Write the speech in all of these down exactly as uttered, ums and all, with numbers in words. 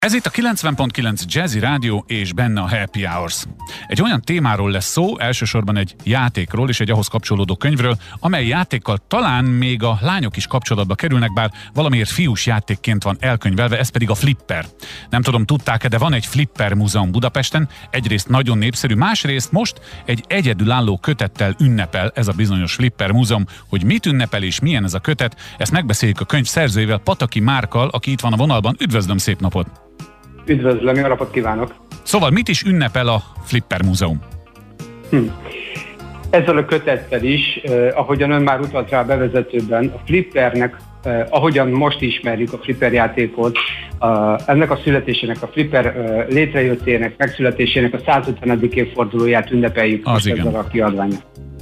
Ez itt a kilencven pont kilenc Jazzy Rádió és benne a Happy Hours. Egy olyan témáról lesz szó, elsősorban egy játékról és egy ahhoz kapcsolódó könyvről, amely játékkal talán még a lányok is kapcsolatba kerülnek, bár valamiért fiús játékként van elkönyvelve, ez pedig a Flipper. Nem tudom, tudták-e, de van egy Flipper múzeum Budapesten, egyrészt nagyon népszerű, másrészt most egy egyedülálló kötettel ünnepel ez a bizonyos Flipper múzeum. Hogy mit ünnepel és milyen ez a kötet, ezt megbeszéljük a könyv szerzőjével, Pataki Márkkal, aki itt van a vonalban. Üdvözlöm, szép napot! Üdvözlöm, jó napot kívánok! Szóval mit is ünnepel a Flipper múzeum? Hm. Ezzel a kötettel is, eh, ahogyan ön már utalt rá a bevezetőben, a Flippernek, eh, ahogyan most ismerjük a Flipper játékot, eh, ennek a születésének, a Flipper eh, létrejöttének, megszületésének a százötvenedik évfordulóját ünnepeljük Az most igen. ezzel a kiadványon.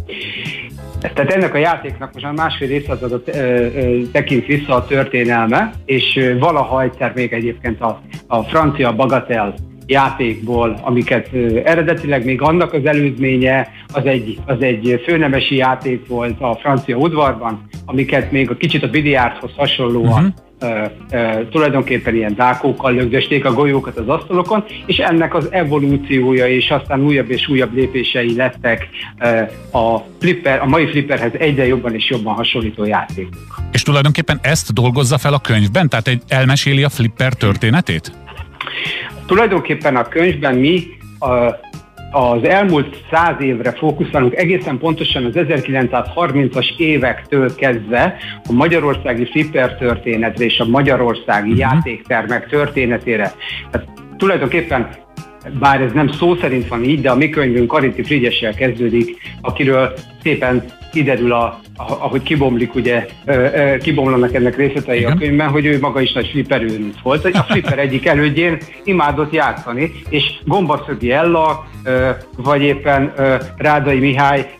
Tehát ennek a játéknak most már másfél évszázadot ö, ö, tekint vissza a történelme, és ö, valaha egyszer még egyébként a, a francia Bagatelle játékból, amiket ö, eredetileg még annak az előzménye, az egy, az egy főnemesi játék volt a francia udvarban, amiket még a kicsit a biliárdhoz hasonlóan uh-huh. Uh, uh, tulajdonképpen ilyen dákókkal lögdösték a golyókat az asztalokon, és ennek az evolúciója és aztán újabb és újabb lépései lettek uh, a, flipper, a mai Flipperhez egyre jobban és jobban hasonlító játékok. És tulajdonképpen ezt dolgozza fel a könyvben? Tehát egy, elmeséli a Flipper történetét? Tulajdonképpen a könyvben mi a az elmúlt száz évre fókuszálunk, egészen pontosan az ezerkilencszázharmincas évektől kezdve a magyarországi Flipper történetre és a magyarországi uh-huh. játéktermek történetére. Tehát tulajdonképpen, bár ez nem szó szerint van így, de a mi könyvünk Karinti Frigyessel kezdődik, akiről szépen kiderül, a, ahogy kibomlik, ugye, kibomlanak ennek részletei Igen. a könyvben, hogy ő maga is nagy Flipper őrült volt. A Flipper egyik elődjén imádott játszani, és Gombaszögi Ella, vagy éppen Rádai Mihály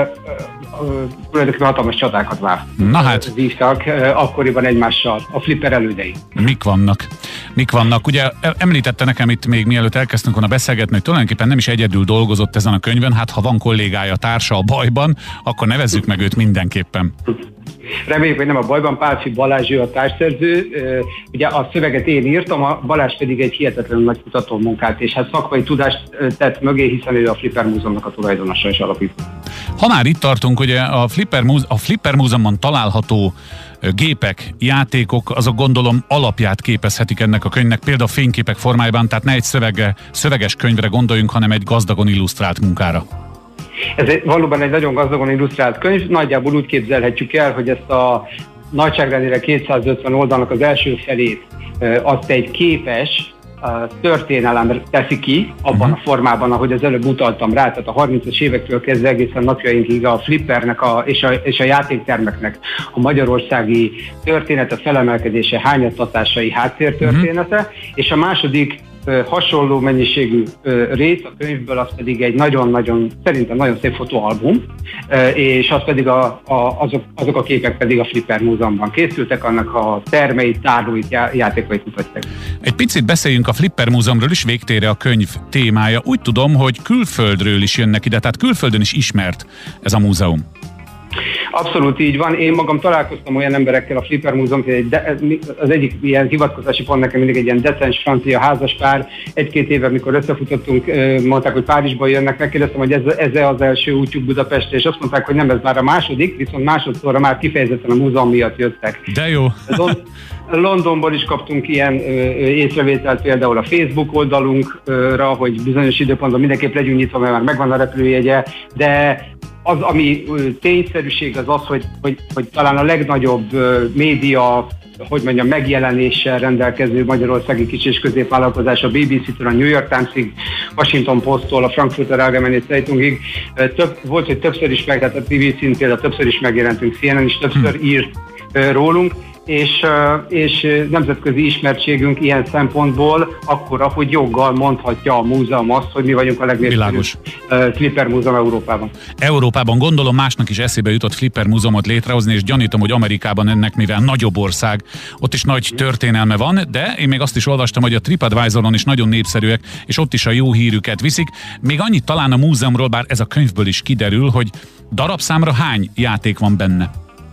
tulajdonképpen hatalmas csatákat Na hát. vívtak akkoriban egymással a Flipper elődei. Mik vannak? Mik vannak? Ugye említette nekem itt még mielőtt elkezdtünk volna beszélgetni, hogy tulajdonképpen nem is egyedül dolgozott ezen a könyvön, hát ha van kollégája, társa a bajban, akkor nevezzük meg őt mindenképpen. Reméljük, hogy nem a bajban. Pálffy Balázs, ő a társszerző. Ugye a szöveget én írtam, a Balázs pedig egy hihetetlenül nagy kutatómunkát, és hát szakmai tudást tett mögé, hiszen ő a Flipper Múzeumnak a tulajdonosa és alapító. Ha már itt tartunk, ugye a Flipper, Múze- a Flipper Múzeumban található gépek, játékok, azok gondolom alapját képezhetik ennek a könyvnek, például fényképek formájában, tehát ne egy szövege, szöveges könyvre gondoljunk, hanem egy gazdagon illusztrált munkára. Ez egy, valóban egy nagyon gazdagon illusztrált könyv, nagyjából úgy képzelhetjük el, hogy ezt a nagyságrendire kétszázötven oldalnak az első felét azt egy képes történelem teszi ki, abban uh-huh. a formában, ahogy az előbb utaltam rá, tehát a harmincas évektől kezdve egészen napjainkig a Flippernek a, és, a, és a játéktermeknek a magyarországi története, felemelkedése, hányattatásai, háttértörténete, uh-huh. és a második hasonló mennyiségű rész a könyvből, az pedig egy nagyon-nagyon, szerintem nagyon szép fotóalbum, és az pedig a, a, azok, azok a képek pedig a Flipper Múzeumban készültek, annak a termeit, tárlóit, játékait mutatják. Egy picit beszéljünk a Flipper Múzeumról is, végtére a könyv témája. Úgy tudom, hogy külföldről is jönnek ide, tehát külföldön is ismert ez a múzeum. Abszolút így van. Én magam találkoztam olyan emberekkel a Flipper Múzeum, az egyik ilyen hivatkozási pont nekem mindig egy ilyen decens francia házaspár. Egy-két éve, mikor összefutottunk, mondták, hogy Párizsba jönnek, megkérdeztem, hogy ez, ez az első útjuk Budapestre, és azt mondták, hogy nem, ez már a második, viszont másodszorra már kifejezetten a múzeum miatt jöttek. De jó! Londonból is kaptunk ilyen ö, észrevételt például a Facebook oldalunkra, hogy bizonyos időpontban mindenképp legyünk nyitva, mert már megvan a repülőjegye, de az, ami tényszerűség, az az, hogy, hogy, hogy talán a legnagyobb média, hogy mondjam, megjelenéssel rendelkező magyarországi kis- és középvállalkozás a bé bé cé-től a New York Times-ig, Washington Post-tól a Frankfurter Allgemeine Zeitungig. Több, volt, hogy többször is meg, tehát a bé bé cén például többször is megjelentünk, cé en en is többször írt rólunk, és, és nemzetközi ismertségünk ilyen szempontból akkora, hogy joggal mondhatja a múzeum azt, hogy mi vagyunk a legnépszerűbb Flipper Múzeum Európában. Európában gondolom másnak is eszébe jutott Flipper Múzeumot létrehozni, és gyanítom, hogy Amerikában ennek, mivel nagyobb ország, ott is nagy történelme van, de én még azt is olvastam, hogy a TripAdvisoron is nagyon népszerűek, és ott is a jó hírüket viszik. Még annyit talán a múzeumról, bár ez a könyvből is kiderül, hogy darabszámra hány játék van benne?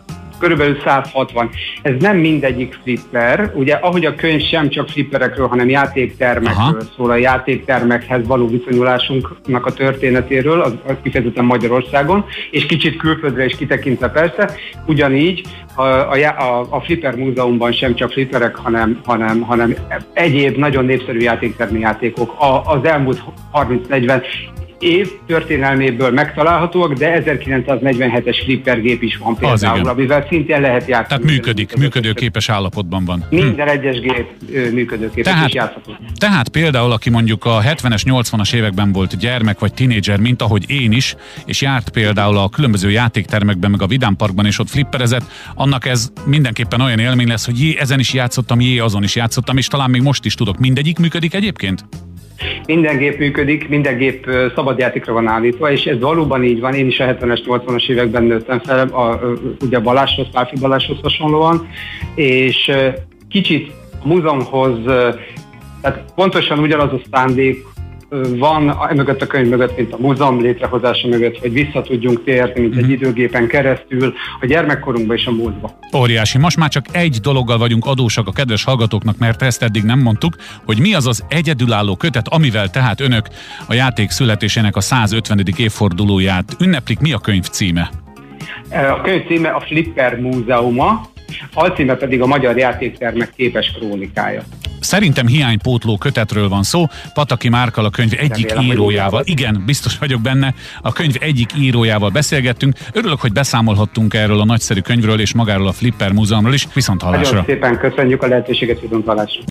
körülbelül száz hatvan. Ez nem mindegyik flipper, ugye ahogy a könyv sem csak flipperekről, hanem játéktermekről Aha. szól, a játéktermekhez való viszonyulásunknak a történetéről, az, az kifejezetten Magyarországon, és kicsit külföldre is kitekintve persze, ugyanígy a, a, a, a Flipper Múzeumban sem csak flipperek, hanem, hanem, hanem egyéb nagyon népszerű játéktermi játékok a, az elmúlt harminc-negyven év történelméből megtalálhatóak, de ezerkilencszáznegyvenhetes flippergép is van például, amivel szintén lehet játszani. Tehát működik, működőképes állapotban van. Minden hm. egyes gép működőképes tehát, és játszható. Tehát például, aki mondjuk a hetvenes, nyolcvanas években volt gyermek vagy tinédzser, mint ahogy én is, és járt például a különböző játéktermekben, meg a Vidám Parkban, és ott flipperezett, annak ez mindenképpen olyan élmény lesz, hogy jé, ezen is játszottam, jé, azon is játszottam, és talán még most is tudok. Mindegyik működik egyébként? Minden gép működik, minden gép szabadjátékra van állítva, és ez valóban így van. Én is a hetvenes, nyolcvanas években nőttem fel, a, a, ugye Balázshoz, Pálfi Balázshoz hasonlóan, és kicsit a múzeumhoz, tehát pontosan ugyanaz a szándék van mögött a könyv mögött, mint a múzeum létrehozása mögött, hogy vissza tudjunk térni, mint egy időgépen keresztül a gyermekkorunkba és a múltba. Óriási. Most már csak egy dologgal vagyunk adósak a kedves hallgatóknak, mert ezt eddig nem mondtuk, hogy mi az az egyedülálló kötet, amivel tehát önök a játék születésének a százötvenedik évfordulóját ünneplik. Mi a könyv címe? A könyv címe a Flipper Múzeuma, alcíme pedig a Magyar Játéktermek képes krónikája. Szerintem hiánypótló kötetről van szó. Pataki Márkkal, a könyv egyik Remélem, írójával. Igen, biztos vagyok benne. A könyv egyik írójával beszélgettünk. Örülök, hogy beszámolhattunk erről a nagyszerű könyvről és magáról a Flipper Múzeumról is. Viszonthallásra. Nagyon szépen köszönjük a lehetőséget, viszonthallásra.